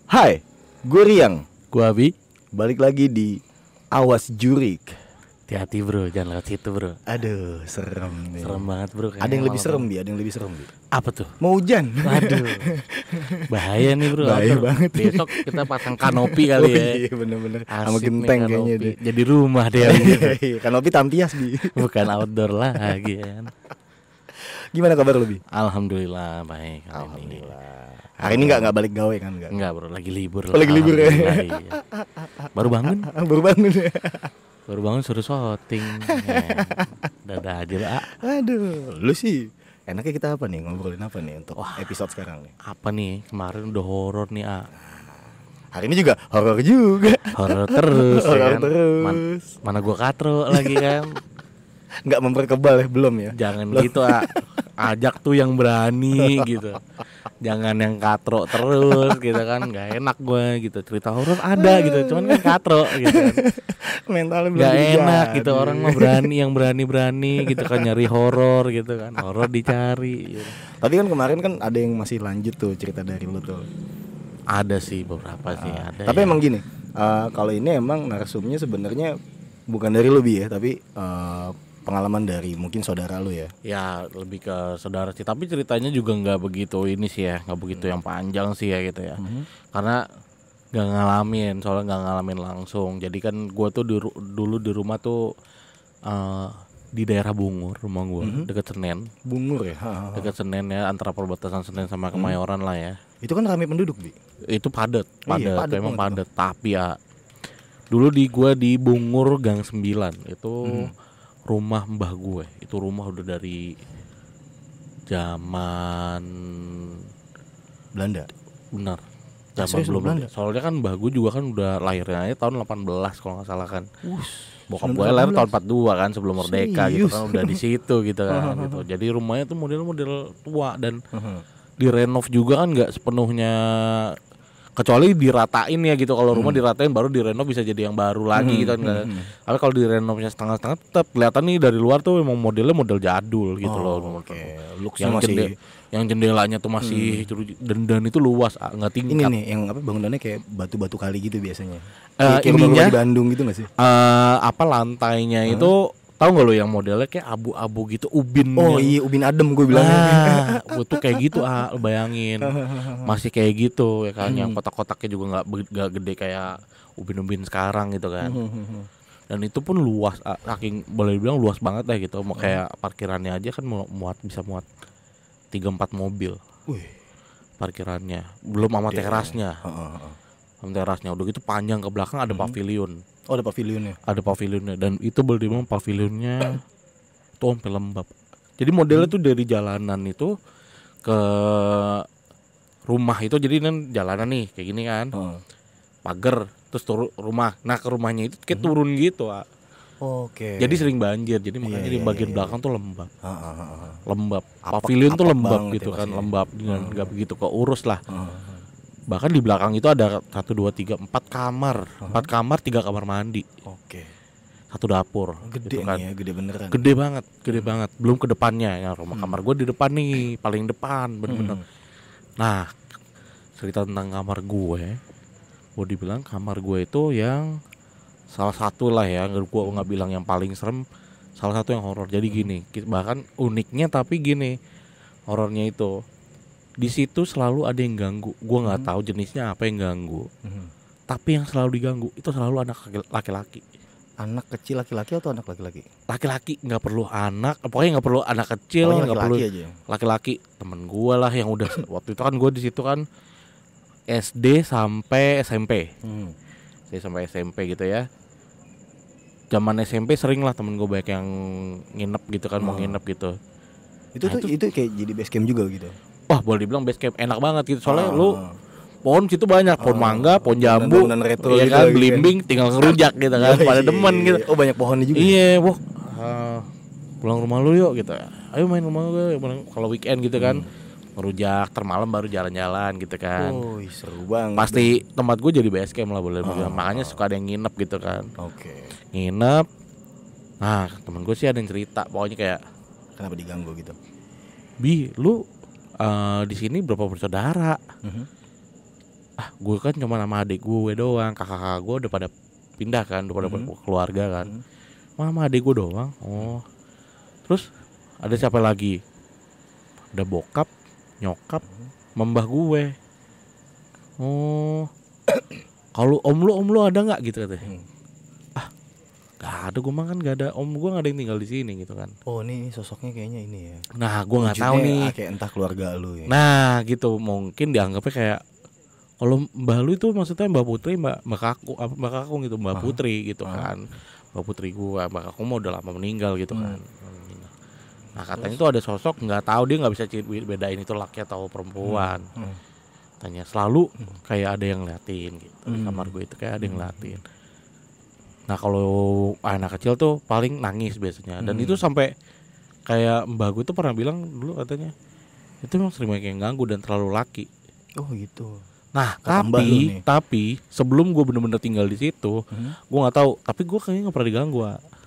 Hai, gue Riang. Gua Abi. Balik lagi di Awas Jurik. Hati-hati bro, jangan lewat situ bro. Aduh, serem nih. Serem banget bro. Ada yang lebih serem, Bi. Ada yang lebih serem, Bi. Apa tuh? Mau hujan. Waduh. Bahaya nih bro. Bahaya banget. Besok kita pasang kanopi kali ya. Iya, bener-bener. Sama Asik genteng nih kayaknya kanopi. deh. Jadi rumah deh gitu. Kanopi Tampias, Bi. Bukan outdoor lagi kan. Gimana kabar lu, Bi? Alhamdulillah baik. Alhamdulillah. Hari ini enggak balik gawe kan enggak? Enggak bro, lagi libur. Oh, lagi libur ya? Iya. Baru bangun. Baru bangun ya. Baru bangun suruh syuting. Ya. Dadah aja lah. Aduh, lu sih enaknya kita apa nih? Ngobrolin apa nih untuk episode sekarang nih? Apa nih? Kemarin udah horor nih, Hari ini juga horor juga. Horor terus ya Horor kan? terus. Mana gua katro lagi kan. Enggak memperkebal ya, belum ya? Jangan gitu, ajak tuh yang berani gitu. Jangan yang katro terus gitu kan. Gak enak gue gitu. Cerita horor ada gitu, cuman kan katro gitu kan. Mentalnya belum Gak enak jadi. gitu. Orang mah berani, yang berani-berani gitu kan, nyari horor gitu kan. Horor dicari gitu. Tapi kan kemarin kan ada yang masih lanjut tuh cerita dari lu tuh. Ada sih beberapa sih ada. Tapi ya. emang gini, kalau ini emang narsumnya sebenarnya bukan dari lu, Bi, ya, tapi pengalaman dari mungkin saudara lu ya. Ya lebih ke saudara sih. Tapi ceritanya juga nggak begitu ini sih ya, nggak begitu yang panjang sih ya gitu ya. Karena nggak ngalamin, soalnya nggak ngalamin langsung. Jadi kan gue tuh dulu di rumah tuh di daerah Bungur, rumah gue dekat Senen. Bungur ya. Dekat Senen ya, antara perbatasan Senen sama Kemayoran lah ya. Itu kan ramai penduduk, Bi. Itu padat, Iya, padat memang banget. padat. Tapi ya dulu gue di Bungur Gang 9 itu rumah mbah gue. Itu rumah udah dari zaman Belanda. benar. Zaman Serius, belum Belanda? Soalnya kan mbah gue juga kan udah lahirnya tahun 18 kalau nggak salah kan. Bokap gue 1918. lahir tahun 42 kan, sebelum merdeka gitu Serius? kan, udah di situ gitu kan gitu. Jadi rumahnya tuh model-model tua dan direnov juga kan, nggak sepenuhnya, kecuali diratain ya gitu. Kalau rumah diratain baru direnov bisa jadi yang baru lagi gitu kan. Tapi kalau direnovnya setengah-setengah tetap kelihatan nih dari luar tuh memang modelnya model jadul gitu loh. Oke, looks-nya Yang masih yang jendelanya tuh masih dan itu luas, nggak ini tingkat. nih yang apa bangunannya kayak batu-batu kali gitu biasanya. Kayak Ininya rumah-rumah di Bandung gitu nggak sih? apa lantainya itu tahu nggak lo yang modelnya kayak abu-abu gitu, ubin. Oh iya, ubin adem gue bilangnya. Nah, tuh kayak gitu lo bayangin. Masih kayak gitu ya kan, yang kotak-kotaknya juga nggak gede kayak ubin-ubin sekarang gitu kan. Dan itu pun luas, saking boleh dibilang luas banget lah gitu. Kayak parkirannya aja kan bisa muat 3-4 mobil. Wih, Parkirannya belum sama terasnya. Sama terasnya udah gitu panjang ke belakang ada pavilion. oh ada pavilionnya. Ada pavilionnya dan itu boleh dibilang pavilionnya tuh sampai lembab. Jadi modelnya tuh dari jalanan itu ke rumah itu, jadi kan jalanan nih kayak gini kan, pagar terus turun rumah. Nah ke rumahnya itu kayak turun gitu. Oke. Jadi sering banjir. Jadi makanya di bagian belakang tuh lembab. Lembab. Pavilion tuh apek lembab banget gitu ya, kan, Mas, ya. lembab dan nggak begitu keurus lah. Bahkan di belakang itu ada 1, 2, 3, 4 kamar. 4 kamar, 3 kamar mandi. Oke. 1 dapur. Gede gitu kan. nih ya, gede beneran. Gede banget. Belum ke depannya ya, rumah kamar gue di depan nih, paling depan bener-bener. Nah, cerita tentang kamar gue dibilang kamar gue itu yang salah satu lah ya, gue nggak bilang yang paling serem, salah satu yang horor. Jadi gini, bahkan uniknya tapi gini, horornya itu di situ selalu ada yang ganggu. Gue nggak tahu jenisnya apa yang ganggu, tapi yang selalu diganggu itu selalu anak laki-laki. Anak kecil laki-laki atau anak laki-laki? Laki-laki, nggak perlu anak, pokoknya nggak perlu anak kecil, Pokoknya nggak perlu laki-laki aja. laki-laki. Temen gue lah yang udah waktu itu kan gue di situ kan SD sampai SMP. Saya sampai SMP gitu ya. Zaman SMP sering lah temen gue banyak yang nginep gitu kan, mau nginep gitu. Itu kayak jadi base camp juga gitu. Wah boleh dibilang base camp enak banget gitu. Soalnya lu pohon situ banyak, pohon mangga, pohon jambu, bangunan retro iya gitu kan, lagi belimbing, tinggal ngerujak gitu kan, pada demen gitu. Oh banyak pohonnya juga. Iya, wah pulang rumah lu yuk gitu. Ayo main rumah gue kalau weekend gitu kan. Ngerujak, termalam baru jalan-jalan gitu kan. Oh seru banget. Pasti tempat gue jadi base camp lah boleh dibilang. Makanya suka ada yang nginep gitu kan. Oke. Nginep. Nah temen gue sih ada yang cerita, pokoknya kayak, Kenapa diganggu gitu? Bi, lu di sini berapa bersaudara? gue kan cuma sama adik gue doang, kakak gue udah pada pindah kan, udah pada keluarga kan. Sama adik gue doang. Oh. Terus ada siapa lagi? Ada bokap, nyokap, mbah gue. Oh. Kalau om lu ada nggak gitu katanya? Gak ada, gue mah kan gak ada, om gue gak ada yang tinggal di sini gitu kan. Oh ini sosoknya kayaknya ini ya. Nah gue nggak tahu nih. Kayak entah keluarga lu ya. Nah gitu, mungkin dianggapnya kayak kalau mbah lu itu maksudnya mbak Putri, mbak kakung gitu, mbak Putri gitu kan. Mbak Putri gue, mbak kakung mah udah lama meninggal gitu kan. Nah katanya tuh ada sosok, nggak tahu, dia nggak bisa bedain itu laki atau perempuan. Tanya selalu kayak ada yang ngeliatin gitu. Di kamar gue itu kayak ada yang ngeliatin. Nah kalau anak kecil tuh paling nangis biasanya. Dan itu sampai kayak mbak gue tuh pernah bilang dulu katanya itu memang sering banyak yang ganggu dan terlalu laki. Oh gitu. Nah tapi sebelum gue bener-bener tinggal di situ, gue nggak tahu. Tapi gue kayaknya nggak pernah diganggu.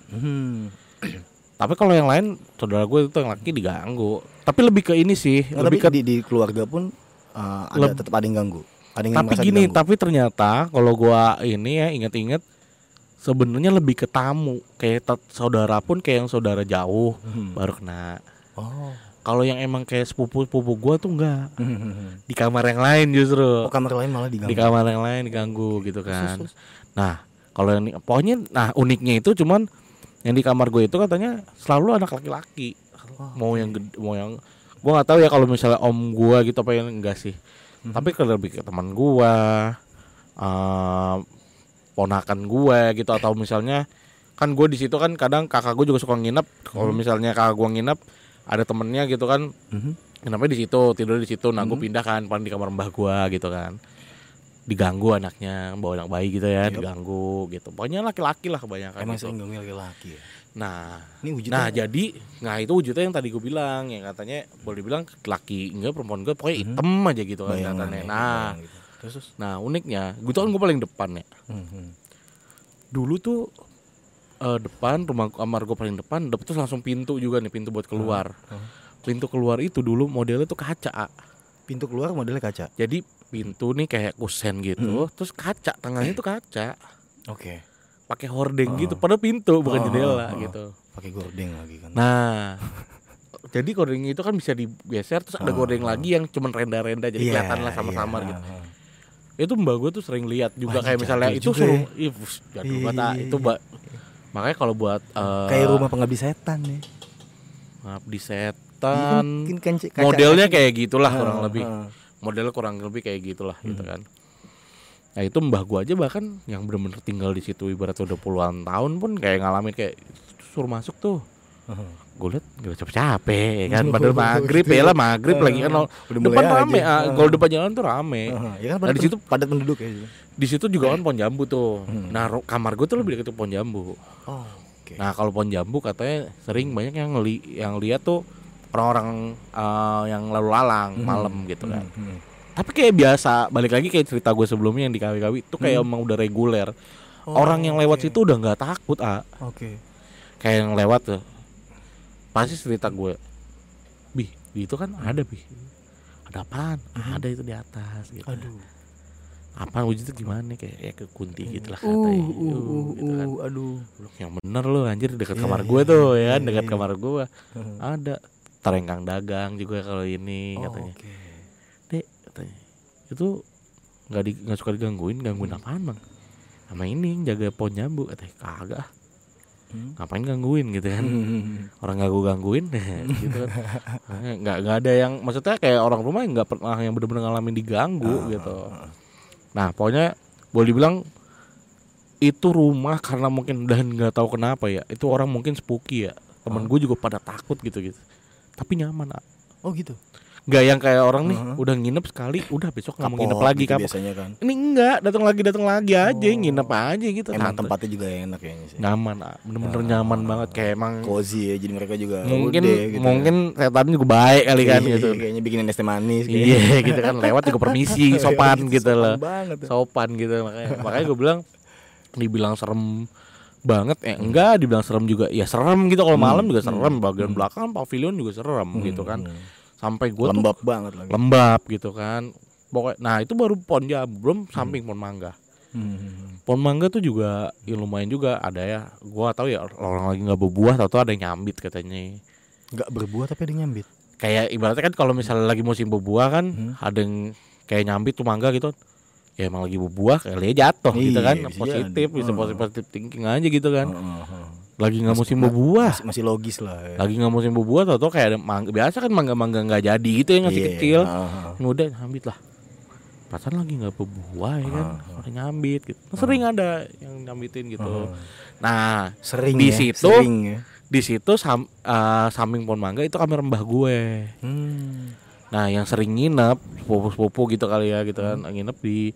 Tapi kalau yang lain, saudara gue itu yang laki diganggu. Tapi lebih ke ini sih. Nah, lebih tapi di keluarga pun tetap ada yang ganggu. Ada yang tapi gini, diganggu. Tapi ternyata kalau gue ini ya inget-inget, sebenarnya lebih ke tamu, kayak saudara pun kayak yang saudara jauh baru kena. Oh. Kalau yang emang kayak sepupu gue tuh enggak. Di kamar yang lain justru. Oh, kamar lain malah diganggu. Di kamar yang lain diganggu gitu kan. Nah, kalau yang pokoknya uniknya itu cuman yang di kamar gue itu katanya selalu anak laki-laki. Mau yang gue nggak tahu ya kalau misalnya om gue gitu apa yang enggak sih. Tapi kalau lebih ke teman gue, ponakan gue gitu, atau misalnya kan gue di situ kan kadang kakak gue juga suka nginep. Kalau misalnya kakak gue nginep ada temennya gitu kan, nginepnya di situ, tidur di situ. Nah gue pindah kan paling di kamar mbah gue gitu kan, diganggu anaknya, bawa anak bayi gitu ya, diganggu gitu. Pokoknya laki-laki lah kebanyakan. Emang gitu. sering ganggu laki-laki ya. Nah, ini wujudnya. Nah itu wujudnya yang tadi gue bilang, yang katanya boleh dibilang laki enggak, perempuan gue pokoknya hitam aja gitu kan katanya. Nah. Terus, nah uniknya, gue tuh kan gue paling depan ya. Dulu tuh depan rumah kamar gue paling depan, terus langsung pintu juga nih, pintu buat keluar. Pintu keluar itu dulu modelnya tuh kaca. Pintu keluar modelnya kaca. Jadi pintu nih kayak kusen gitu, terus kaca, tengahnya tuh kaca. Oke. Pakai hordeng gitu, padahal pintu bukan jendela gitu. Pakai gordeng lagi kan. Nah. Jadi gordeng itu kan bisa digeser, terus ada gordeng lagi yang cuman renda-renda, jadi kelihatan lah samar-samar gitu. Itu mbak gue tuh sering lihat juga. Kayak misalnya itu suruh jadul banget itu mbak. Makanya kalau buat kayak rumah pengabdi setan nih. Pengabdi setan modelnya kayak gitulah kurang lebih. Modelnya kurang lebih kayak gitulah gitu kan. Nah itu mbah gue aja bahkan yang benar-benar tinggal di situ ibarat udah puluhan tahun pun kayak ngalamin kayak suruh masuk tuh. Gue liat gak capek-capek kan, padahal maghrib ya lah, maghrib lagi kan depan rame, kalau depan jalan tuh rame. Ya kan, nah di situ padat penduduk ya. Di situ juga kan pohon jambu tuh. Nah kamar gue tuh lebih dekat pohon jambu. Nah kalau pohon jambu katanya sering banyak yang lihat tuh orang-orang yang lalu lalang malam gitu kan. Tapi kayak biasa, balik lagi kayak cerita gue sebelumnya yang di Kawi-Kawi itu kayak emang udah reguler. Orang yang lewat situ udah nggak takut kayak yang lewat tuh pasti cerita gue, itu kan ada ada apaan? Ada itu di atas gitu. Aduh. Apaan wujudnya gimana kayak ke kunti gitu lah katanya. Gitu kan. Aduh. Yang bener lo anjir, dekat kamar gue tuh ya kan, dekat kamar gue. Ada terengkang dagang juga kalau ini katanya. Dek katanya. Itu enggak suka gangguin apaan, Bang? Sama ini jaga pohon jambu katanya. Kagak. Ngapain gangguin gitu kan. Orang gangguin gitu kan. Nggak ada yang maksudnya kayak orang rumah yang nggak pernah yang benar-benar ngalamin diganggu gitu. Nah pokoknya boleh dibilang itu rumah karena mungkin dan nggak tahu kenapa ya, itu orang mungkin spooky ya. Temen gue juga pada takut gitu tapi nyaman. Oh gitu. Nggak yang kayak orang nih udah nginep sekali, udah besok nggak mau nginep lagi gitu biasanya kan. Ini enggak, datang lagi aja, nginep aja gitu. Emang tempatnya juga enak kayaknya sih. Nyaman, bener-bener nyaman banget, kayak emang cozy ya, jadi mereka juga mungkin setan juga baik kali kan gitu. Kayaknya bikinin es teh manis gitu. Iya gitu kan, lewat juga permisi, sopan gitu loh. Sopan gitu makanya gue bilang dibilang serem banget enggak, dibilang serem juga ya serem gitu. Kalau malam juga serem, bagian belakang pavilion juga serem gitu kan. Sampai gue lembab banget lagi. Lembab gitu kan. Pokoknya, nah itu baru pohon jambu, belum samping pohon mangga. Pohon mangga tuh juga ya lumayan juga ada ya. Gua tahu ya orang lagi nggak berbuah, tahu ada yang nyambit katanya. Nggak berbuah tapi ada yang nyambit. Kayak ibaratnya kan kalau misalnya lagi musim berbuah kan, ada yang kayak nyambit tuh mangga gitu. Ya emang lagi berbuah kali ya jatuh gitu kan, Bisa positif, jadi. bisa positif thinking aja gitu kan. Lagi nggak musim berbuah, Masih logis lah ya. lagi nggak musim berbuah, tahu kayak ada mangga biasa kan, mangga nggak jadi gitu yang masih Iya, kecil. Udah nyambit lah. Perasaan lagi nggak berbuah ya kan, orang nyambit gitu. Sering ada yang nyambitin gitu. Nah Sering di ya, situ, sering ya. di situ samping pohon mangga itu kamar mbah gue. Nah yang sering nginep sepupu gitu kali ya gitu kan, nginep di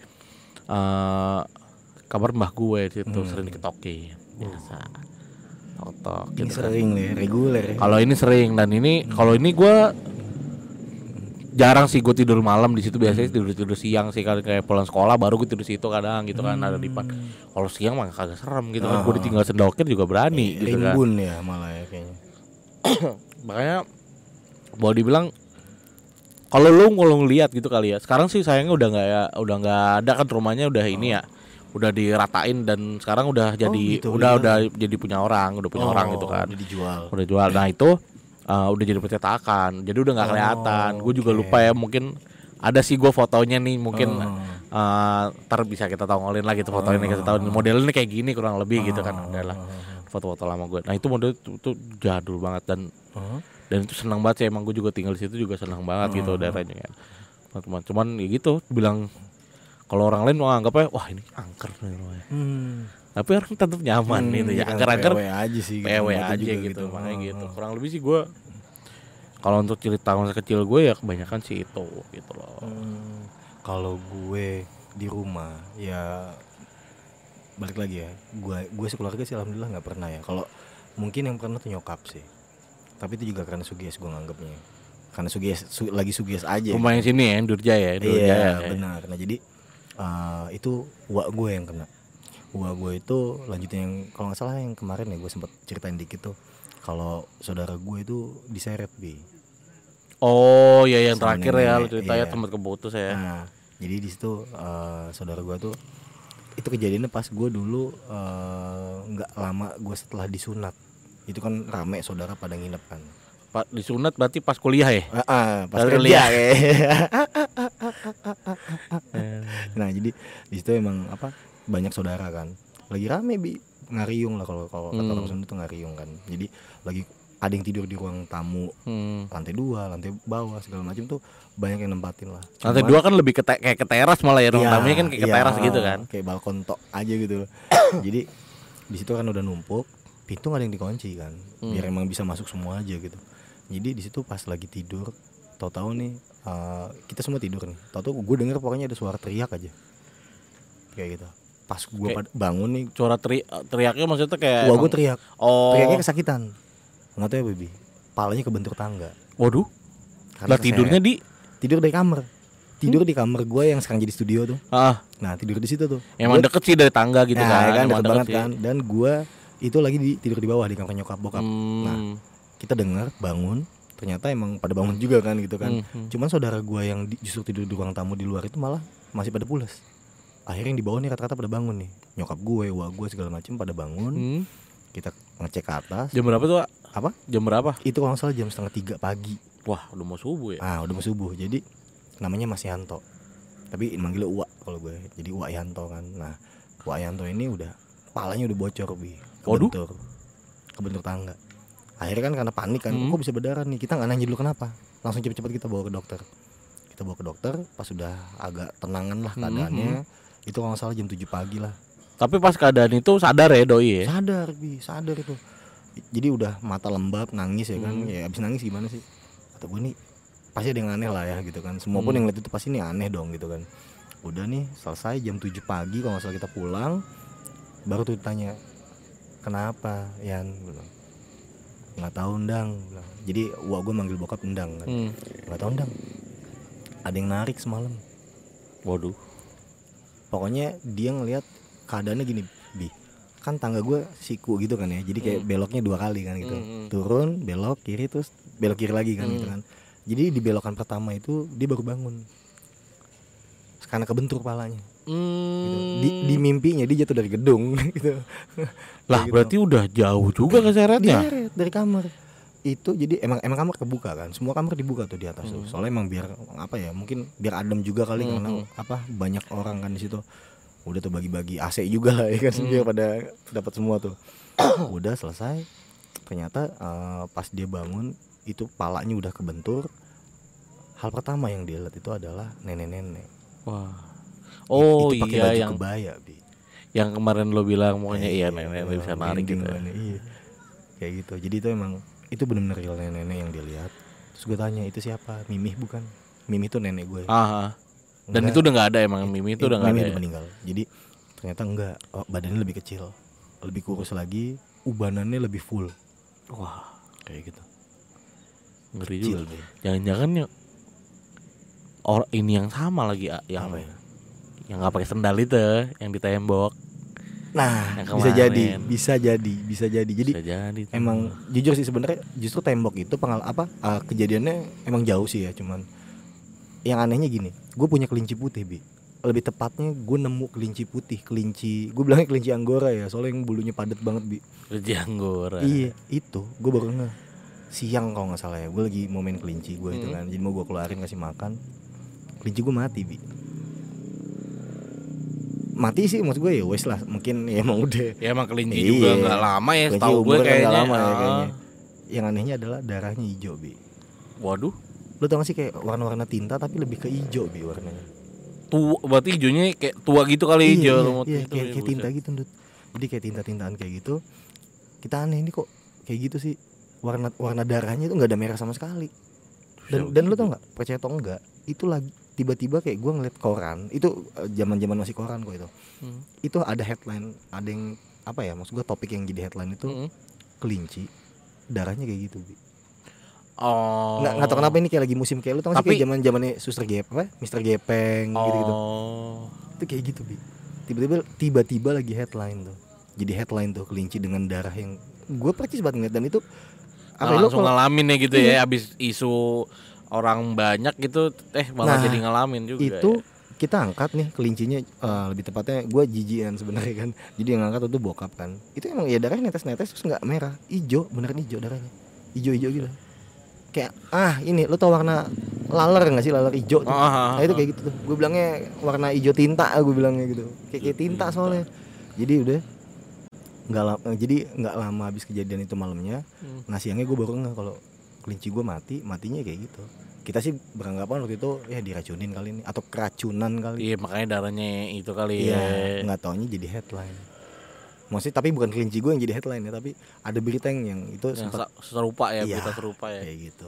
kamar mbah gue di situ, sering diketokin biasa. Totok Ini gitu kan. sering ya, reguler ya. Kalau ini sering, dan ini kalau ini gue jarang sih gue tidur malam di situ, biasanya tidur siang sih, kayak pulang sekolah baru gue tidur situ kadang gitu kan, ada di depan. Kalau siang mah kagak serem gitu kan, gue ditinggal sendokir juga berani gitu kan. Rimbun ya malah ya kayaknya. Makanya boleh dibilang kalau lu ngeliat gitu kali ya. Sekarang sih sayangnya udah nggak ada kan, rumahnya udah ini ya, udah diratain dan sekarang udah jadi gitu, udah jadi punya orang, udah punya orang gitu kan. Udah dijual. Udah jual. Nah itu udah jadi percetakan, jadi udah nggak kelihatan. Gue juga lupa ya, mungkin ada sih gue fotonya nih, mungkin ntar bisa kita tongolin lagi tuh fotonya, kita tahu modelnya kayak gini kurang lebih gitu kan. Adalah foto-foto lama gue. Nah itu model itu jadul banget dan itu senang banget sih, emang gue juga tinggal di situ juga senang banget gitu daerahnya kan. Cuman ya gitu, bilang kalau orang lain anggapnya wah ini angker nih rumahnya. Tapi orang tetap nyaman gitu ya, angker-angker PW aja sih gitu. PW aja gitu. Makanya gitu. Kurang lebih sih gue kalau untuk cerita masa kecil gue ya kebanyakan sih itu gitu loh. Kalau gue di rumah ya balik lagi ya, gue sekeluarga sih alhamdulillah nggak pernah ya. Kalau mungkin yang pernah tuh nyokap sih, tapi itu juga karena suges gue nganggapnya, karena lagi suges aja. Rumah yang sini ya, Durja ya. Iya benar. Nah jadi itu uak gue yang kena. Uak gue itu lanjutin yang kalau nggak salah yang kemarin ya gue sempat ceritain dikit tuh, kalau saudara gue itu diseret bi. Oh ya yang Sama terakhir ya lu nenek, ceritanya iya. tempat keputus ya. Nah jadi di situ saudara gue tuh itu kejadiannya pas gue dulu nggak lama gue setelah disunat. Itu kan rame saudara pada nginep kan. Pak disunat berarti pas kuliah ya? Pas Baru kerja lihat. Nah jadi di situ emang banyak saudara kan, lagi rame bi, ngariung lah kalau kata orang Sunda tuh ngariung kan. Jadi lagi ada yang tidur di ruang tamu, lantai 2, lantai bawah segala macam tuh banyak yang nempatin lah. Lantai 2 kan lebih kayak ke teras malah ya, ruang tamunya kan kayak ke teras gitu kan. Kayak balkon tok aja gitu. Jadi di situ kan udah numpuk, pintu nggak ada yang dikunci kan, biar emang bisa masuk semua aja gitu. Jadi di situ pas lagi tidur, tahu-tahu nih kita semua tidur nih, tahu-tahu gue denger pokoknya ada suara teriak aja, kayak gitu. Pas gue bangun nih, Suara teriaknya maksudnya kayak gue teriak, oh. teriaknya kesakitan, nggak tahu ya baby, palanya kebentur tangga. Waduh. Lah tidurnya tidur dari kamar, tidur di kamar gue yang sekarang jadi studio tuh. Nah tidur di situ tuh. Emang deket sih dari tangga gitu nah, kan. Deket banget kan. Dan gue itu lagi tidur di bawah di kamar nyokap bokap. Nah kita dengar bangun, ternyata emang pada bangun juga kan gitu kan. Cuman saudara gue yang justru tidur di ruang tamu di luar itu malah masih pada pulas. Akhirnya yang di bawah nih rata-rata pada bangun nih, nyokap gue, wah gue segala macam pada bangun. Kita ngecek ke atas. Jam berapa tuh? Apa? Jam berapa? Itu kalau nggak salah jam 2:30 pagi. Wah udah mau subuh ya. Udah mau subuh. Jadi namanya Mas Yanto, tapi manggilnya Uwak kalau gue. Jadi Uwak Yanto kan. Nah Uwak Yanto ini udah palanya udah bocor bi, kebentur tangga. Akhirnya kan karena panik kan, kok bisa berdarah nih. Kita nggak nanya dulu kenapa, langsung cepet-cepet kita bawa ke dokter. Kita bawa ke dokter, pas sudah agak tenangan lah keadaannya. Itu kalau nggak salah jam 7 pagi lah. Tapi pas keadaan itu sadar ya doi ya? Sadar itu. Jadi udah mata lembab, nangis ya kan. Ya abis nangis gimana sih, kata gue nih pasti ada yang aneh lah ya gitu kan. Semua pun yang lihat itu pasti ini aneh dong gitu kan. Udah nih selesai jam 7 pagi kalau nggak salah kita pulang. Baru tuh ditanya, kenapa Yan? Bilang, nggak tahu Ndang. Bilang. Jadi wah gue manggil bokap Ndang kan. Nggak tahu Ndang, ada yang narik semalam. Waduh. Pokoknya dia ngelihat keadaannya gini bi, kan tangga gue siku gitu kan ya, jadi kayak beloknya 2 kali kan gitu. Turun belok kiri terus belok kiri lagi kan gitu kan. Jadi di belokan pertama itu dia baru bangun. karena kebentur palanya. Gitu. Di mimpinya dia jatuh dari gedung gitu. Lah Kayak berarti udah jauh juga keseretnya. Diseret dari kamar. Itu jadi emang kamar kebuka kan. Semua kamar dibuka tuh di atas tuh. Soalnya emang biar apa ya? Mungkin biar adem juga kali karena apa? Banyak orang kan di situ. Udah tuh bagi-bagi AC juga lah ya kan biar pada dapat semua tuh. Udah selesai. Ternyata pas dia bangun itu palanya udah kebentur. Hal pertama yang dia lihat itu adalah nenek-nenek. Wah. Oh itu pakai iya baju yang kebaya, Bi. yang kemarin lo bilang pokoknya iya nenek bisa narik gitu. Iya. Kayak gitu. Jadi itu emang itu benar-benar real nenek yang dia lihat. Terus gue tanya itu siapa? Mimih bukan? Mimih itu nenek gue. Dan itu udah nggak ada emang Mimi itu udah nggak ada. Mimih udah meninggal. Jadi ternyata enggak. Badannya lebih kecil, lebih kurus lagi, ubanannya lebih full. Wah, kayak gitu. Ngeri Kecil, juga. deh. Jangan-jangan ini yang sama lagi yang apa ya? Yang nggak pakai sendal itu, yang di tembok. Nah, yang bisa jadi. Jadi emang jujur sih sebenarnya justru tembok itu kejadiannya emang jauh sih ya, cuman yang anehnya gini, gue punya kelinci putih, Bi. Lebih tepatnya gue nemu kelinci putih, gue bilangnya kelinci Anggora ya, soalnya yang bulunya padat banget, Bi. Kelinci Anggora. Iya, itu gue baru siang kalau nggak salah ya, gue lagi mau main kelinci gue itu kan, jadi mau gue keluarin kasih makan, kelinci gue mati, Bi. Mati sih maksud gue ya wes lah, mungkin ya emang udah. Ya emang kelinci juga nggak lama ya, setahu gue kayaknya. Lama ya, kayaknya. Yang anehnya adalah darahnya hijau, Bi. Waduh. Lo tau gak sih kayak warna-warna tinta tapi lebih ke hijau, Bi, warnanya. Berarti hijaunya kayak tua gitu kali hijau. Iya, kayak tinta gitu, Dut. Jadi kayak tinta-tintaan kayak gitu. Kita aneh ini kok kayak gitu sih. Warna darahnya itu nggak ada merah sama sekali. Dan lo tau nggak? Percaya atau enggak? Itu lagi tiba-tiba kayak gue ngeliat koran. Itu zaman-zaman masih koran kok itu. Itu ada headline, ada yang apa ya? Maksud gue topik yang jadi headline itu kelinci darahnya kayak gitu, Bi. Oh. Nggak tahu kenapa ini kayak lagi musim kayak lu tau sih kayak zaman-zamannya Suster Mister Gepeng gitu-gitu. Itu kayak gitu, Bi. Tiba-tiba lagi headline tuh. Jadi headline tuh kelinci dengan darah yang gue percis banget ngeliat, dan itu langsung ngalamin ya gitu ya, abis isu orang banyak gitu malah jadi ngalamin juga. Itu ya. Kita angkat nih kelincinya, lebih tepatnya gue jijian sebenarnya kan. Jadi yang angkat itu bokap kan. Itu emang ya darahnya netes-netes terus nggak merah, hijau, beneran hijau darahnya. Hijau-hijau gitu. Kayak ini lo tau warna laler nggak sih, laler hijau tuh. Nah itu kayak gitu tuh. Gue bilangnya warna hijau tinta, gue bilangnya gitu. Kayak tinta soalnya. Jadi udah nggak lama habis kejadian itu malamnya. Nah siangnya gue baru nggak kalau kelinci gue matinya kayak gitu. Kita sih beranggapan waktu itu ya diracunin kali ini atau keracunan kali. Iya, makanya darahnya itu kali ya. Nggak taunya jadi headline. Maksudnya tapi bukan kelinci gue yang jadi headline ya, tapi ada berita yang itu sempat serupa ya, berita serupa ya. Kayak gitu.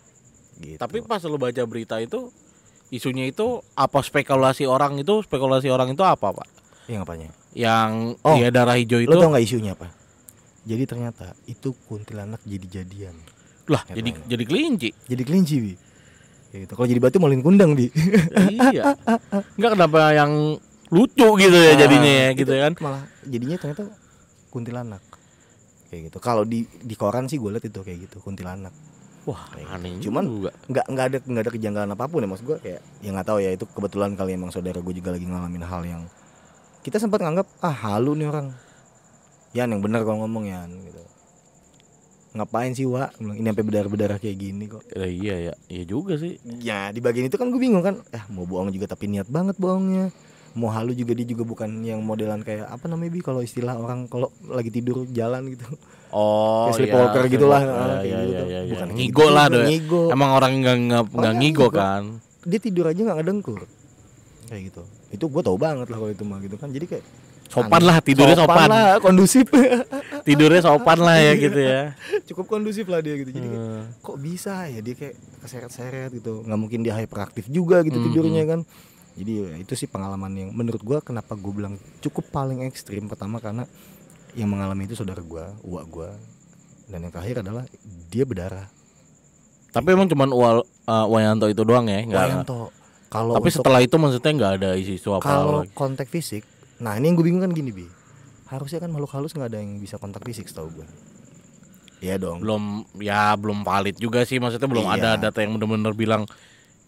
Tapi pas lo baca berita itu, isunya itu apa, spekulasi orang itu apa, Pak? Yang apanya? Yang ya darah hijau itu. Lo tau nggak isunya apa? Jadi ternyata itu kuntilanak jadi-jadian. Lah, jadi kelinci. Jadi kelinci, Bi. Kayak gitu. Kalau jadi batu malin kundang, Bi. Iya. Enggak, kenapa yang lucu gitu ya jadinya ya gitu kan. Malah jadinya ternyata kuntilanak. Kayak gitu. Kalau di koran sih gue liat itu kayak gitu, kuntilanak. Wah, aneh. Cuman nggak ada kejanggalan apapun ya, maksud gue kayak ya nggak tahu ya, itu kebetulan kali emang saudara gue juga lagi ngalamin hal yang kita sempat nganggap halu nih orang. Yan yang benar kalau ngomong Yan gitu. Ngapain sih Wak? Ini sampai berdarah-berdarah kayak gini kok. Iya juga sih. Ya di bagian itu kan gue bingung kan. Mau bohong juga tapi niat banget bohongnya. Mau halu juga dia juga bukan yang modelan kayak apa namanya, Bi, kalau istilah orang kalau lagi tidur jalan gitu. Oh, kayak sleepwalker gitulah. Iya. Bukan ngigo gitu, lah doh. Emang orang enggak ngigo kan. Dia tidur aja enggak ngedengkur. Kayak gitu. Itu gue tahu banget lah kalau itu mah gitu kan. Jadi kayak sopan lah, tidurnya sopan lah, kondusif. Tidurnya sopan lah ya gitu ya. Cukup kondusif lah dia gitu. Jadi kayak, kok bisa ya dia kayak keseret-seret gitu. Nggak mungkin dia hyperaktif juga gitu tidurnya kan. Jadi ya, itu sih pengalaman yang menurut gue kenapa gue bilang cukup paling ekstrim. Pertama karena yang mengalami itu saudara gue, uak gue. Dan yang terakhir adalah dia berdarah. Tapi emang cuman Wayanto itu doang ya? Wayanto. Tapi setelah itu maksudnya nggak ada isu apa? Kalau kontak fisik, nah ini yang gue bingung kan gini, Bi. Harusnya kan makhluk halus nggak ada yang bisa kontak fisik setahu gue. Iya dong. Belum valid juga sih, maksudnya belum ada data yang benar-benar bilang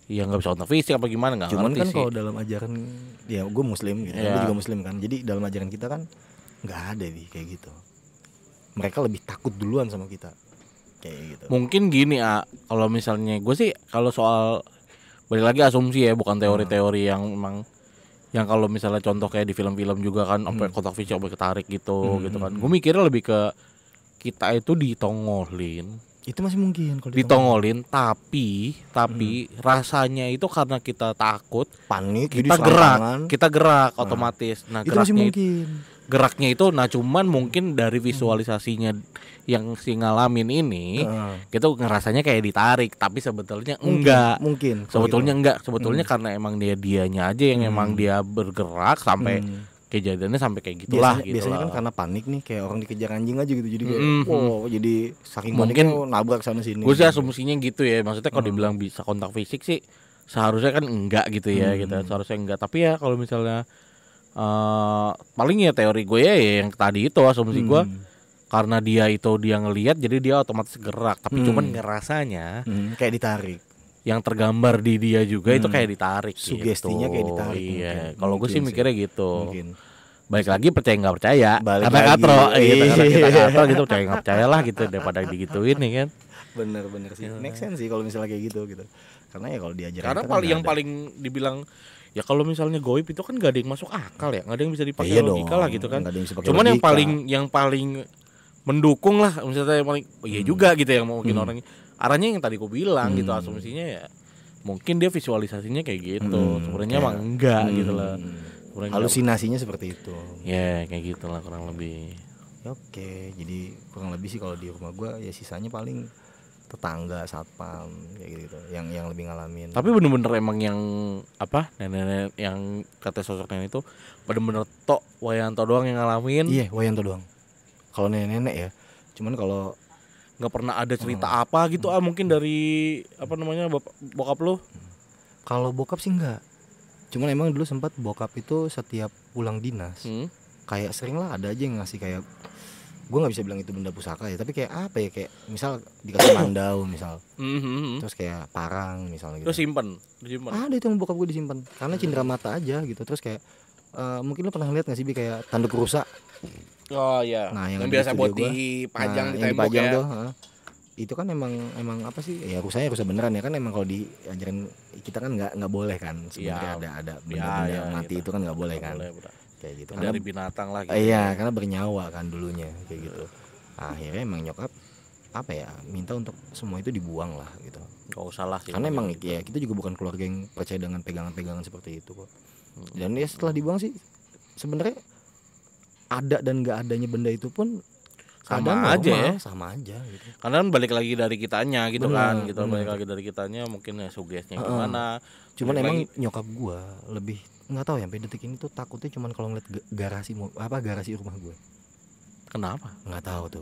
ya nggak bisa kontak fisik apa gimana nggak Cuman ngerti kan sih. kalau dalam ajaran, ya gue muslim gitu, Iya. gue juga muslim kan. Jadi dalam ajaran kita kan nggak ada nih kayak gitu. Mereka lebih takut duluan sama kita, kayak gitu. Mungkin gini kalau misalnya gue sih kalau soal balik lagi asumsi ya, bukan teori-teori yang memang yang kalau misalnya contoh kayak di film-film juga kan sampai kontak fisik sampai ketarik gitu gitu kan. Gue mikirnya lebih ke kita itu ditongolin. Itu masih mungkin kalau Ditongolin tapi rasanya itu karena kita takut, panik, jadi kita gerak otomatis. Nah, itu masih mungkin. Geraknya itu cuman mungkin dari visualisasinya yang si ngalamin ini gitu ngerasanya kayak ditarik, tapi sebetulnya enggak. Mungkin. Sebetulnya enggak, sebetulnya karena emang dianya aja yang emang dia bergerak sampai kejadiannya sampai kayak gitulah biasanya kan karena panik nih, kayak orang dikejar anjing aja gitu. Jadi kayak jadi saking mungkin paniknya nabrak sana sini. Gue sih asumsinya gitu ya. Maksudnya kalau dibilang bisa kontak fisik sih seharusnya kan enggak gitu ya gitu. Seharusnya enggak. Tapi ya kalau misalnya paling ya teori gue ya yang tadi itu asumsi gue, karena dia ngelihat jadi dia otomatis gerak. Tapi cuman ngerasanya kayak ditarik. Yang tergambar di dia juga itu kayak ditarik. Sugestinya gitu. kayak ditarik. Iya. Kalau gue sih mikirnya gitu. Mungkin. Baik lagi percaya nggak percaya. Karena lagi. katro gitu. Karena kita katro gitu, percaya nggak percaya lah gitu daripada digituin nih kan. Bener sih. Make sense sih kalau misalnya kayak gitu. Karena ya kalau diajarin. Karena yang paling dibilang ya kalau misalnya goib itu kan gak ada yang masuk akal ya, gak ada yang bisa dipakai logika lah gitu kan. Cuman logika. yang paling mendukung lah misalnya yang paling iya juga gitu yang mungkin orang arahnya yang tadi gue bilang gitu, asumsinya ya mungkin dia visualisasinya kayak gitu. Sebenarnya emang enggak gitu lah. Halusinasinya seperti itu. Ya kayak gitulah kurang lebih. Oke, jadi kurang lebih sih kalau di rumah gue ya sisanya paling tetangga, satpam kayak gitu yang lebih ngalamin. Tapi bener-bener emang yang apa nenek-nenek yang kata sosok nenek itu bener-bener tok Wayanto doang yang ngalamin. Iya, Wayanto doang. Kalau nenek-nenek ya. Cuman kalau nggak pernah ada cerita apa gitu mungkin dari apa namanya bokap lu. Kalau bokap sih enggak. Cuman emang dulu sempat bokap itu setiap pulang dinas kayak sering lah ada aja yang ngasih kayak, gue nggak bisa bilang itu benda pusaka ya, tapi kayak apa ya, kayak misal dikasih mandau misal, terus kayak parang misal gitu. Terus disimpan. Ada itu yang bokap gue disimpan karena cindera mata aja gitu. Terus kayak mungkin lo pernah lihat nggak sih kayak tanduk rusa? Oh iya. Nah yang biasa buat dipajang di tembok dipajang ya. Tuh, itu kan emang apa sih ya, rusanya rusa beneran ya kan. Emang kalau diajarin kita kan nggak boleh kan sebenarnya ada benda-benda mati gitu. Itu kan nggak boleh kan. Kayak gitu kan dari binatang lah gitu. Iya, karena bernyawa kan dulunya kayak gitu. Akhirnya emang nyokap apa ya minta untuk semua itu dibuang lah gitu. Gak usah lah sih. Karena emang ya kita juga bukan keluarga yang percaya dengan pegangan-pegangan seperti itu kok. Dan ya setelah dibuang sih sebenarnya ada dan nggak adanya benda itu pun sama aja ya, sama aja gitu. Karena kan balik lagi dari kitanya gitu. Bener, kan gitu. Balik lagi dari kitanya mungkin ya sugestinya gimana. Cuman emang nyokap gua lebih nggak tahu ya sampai detik ini tuh takutnya cuman kalau ngeliat garasi rumah gue. Kenapa? Nggak tahu tuh.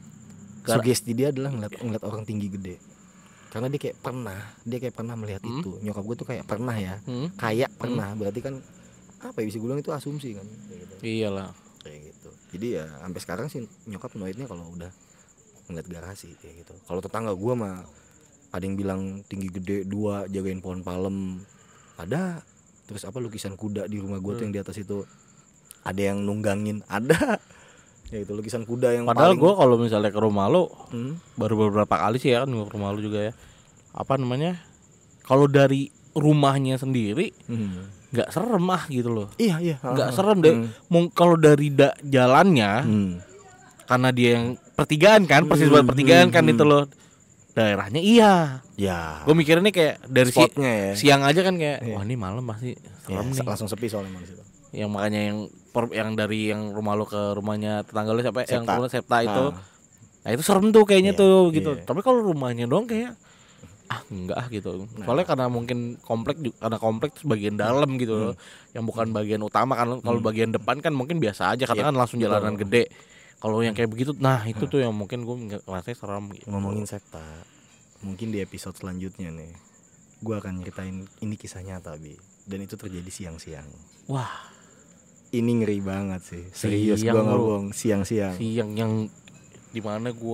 Sugesti dia adalah ngeliat orang tinggi gede. Karena dia kayak pernah melihat itu. Nyokap gue tuh kayak pernah ya. Kayak pernah. Berarti kan apa ya bisa gue bilang itu asumsi kan. Kayak gitu. Iyalah. Kayak gitu. Jadi ya sampai sekarang sih nyokap noidnya kalau udah ngeliat garasi kayak gitu. Kalau tetangga gue mah ada yang bilang tinggi gede 2 jagain pohon palem. Ada. Terus apa lukisan kuda di rumah gue tuh yang di atas itu ada yang nunggangin, ada ya itu lukisan kuda yang padahal gue kalau misalnya ke rumah lo baru beberapa kali sih ya kan ke rumah lo juga ya, apa namanya, kalau dari rumahnya sendiri nggak serem gitu loh. Iya nggak serem deh. Kalau dari jalannya karena dia yang pertigaan kan, persis buat pertigaan kan itu loh daerahnya. Iya ya, gue mikirnya kayak dari spotnya siang aja kan kayak wah ini malam pasti serem nih, langsung sepi soalnya di situ. Yang makanya yang dari yang rumah lo ke rumahnya tetangga lo siapa yang rumah Septa itu, nah itu serem tuh kayaknya tuh gitu. Tapi kalau rumahnya doang kayak enggak gitu. Soalnya karena mungkin karena komplek bagian dalam gitu loh, yang bukan bagian utama kan. Kalau bagian depan kan mungkin biasa aja karena kan langsung jalanan gede. Kalau yang kayak begitu, nah itu tuh yang mungkin gue ngerasa serem gitu. Ngomongin Septa, mungkin di episode selanjutnya nih gue akan nyeritain ini kisah nyata Bi, dan itu terjadi siang-siang. Wah, ini ngeri banget sih, serius gue nggak bohong. Siang-siang yang dimana gue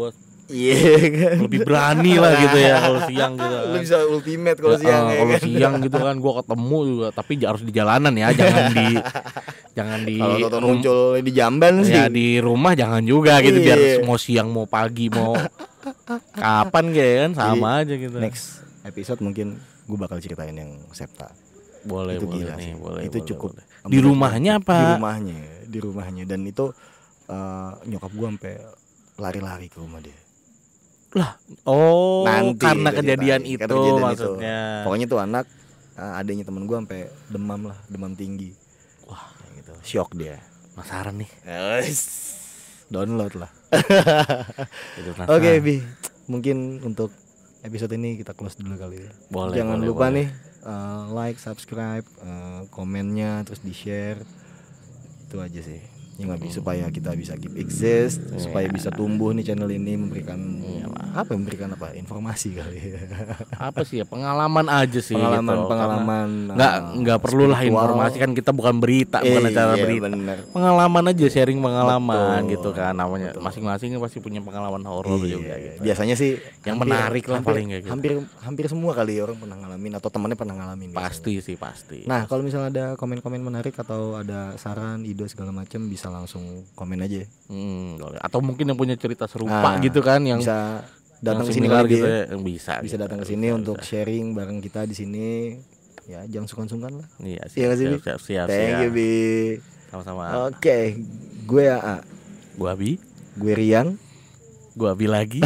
Iya kan. lebih berani lah gitu ya kalau siang gitu Lu kan. bisa ultimate kalau Ya, siang ya kalau kan. siang gitu kan gue ketemu juga, tapi harus di jalanan ya, jangan di Kalau tonton muncul di Jamban sih. ya di rumah jangan juga gitu, biar Iya. mau siang mau pagi mau kapan kayak kan sama aja gitu. Next episode mungkin gue bakal ceritain yang Septa. Boleh Itu boleh gila nih, sih. boleh. Itu boleh, cukup. boleh. Di rumahnya apa? Di rumahnya dan itu nyokap gue sampai lari-lari ke rumah dia. Oh, Nanti karena gua kejadian ceritain, itu karena kejadian maksudnya. Pokoknya tuh anak adanya temen gue sampai demam tinggi. Wah, Kayak gitu. Shock dia. penasaran nih. Download lah. Gitu, Oke, Bi. Mungkin untuk episode ini kita close dulu kali ya. Boleh, Jangan boleh, lupa boleh. nih like, subscribe, komennya terus di-share. Itu aja sih. Yang lebih supaya kita bisa keep exist, supaya bisa tumbuh nih channel ini, memberikan memberikan apa? Informasi kali ya. Apa sih ya, pengalaman aja sih gitu. Pengalaman Nggak perlulah spiritual. informasi, kan kita bukan berita, bukan acara Iya, berita. bener. Pengalaman aja, sharing pengalaman Betul, gitu kan namanya. Masing-masing pasti punya pengalaman horor Iya, juga gitu. biasanya sih Yang menarik lah paling kayak gitu. hampir semua kali orang pernah ngalamin atau temannya pernah ngalamin. Pasti sih, pasti. Nah, kalau misalnya ada komen-komen menarik atau ada saran, ide segala macam bisa langsung komen aja. Boleh. Atau mungkin yang punya cerita serupa Nah, gitu kan, yang bisa datang ke sini similar lagi gitu ya. ya, yang bisa. Bisa gitu. datang ke sini Bisa, untuk bisa. sharing bareng kita di sini. Ya, jangan sungkan-sungkan lah. Iya, Iya nggak sih, Bi? siap. Thank you, Bi. Sama-sama. Oke, gue AA, Gua Abi, gue Rian. gua Abi lagi.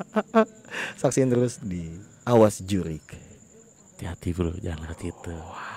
Saksiin terus di Awas Jurik. Hati-hati bro, jangan lewat situ.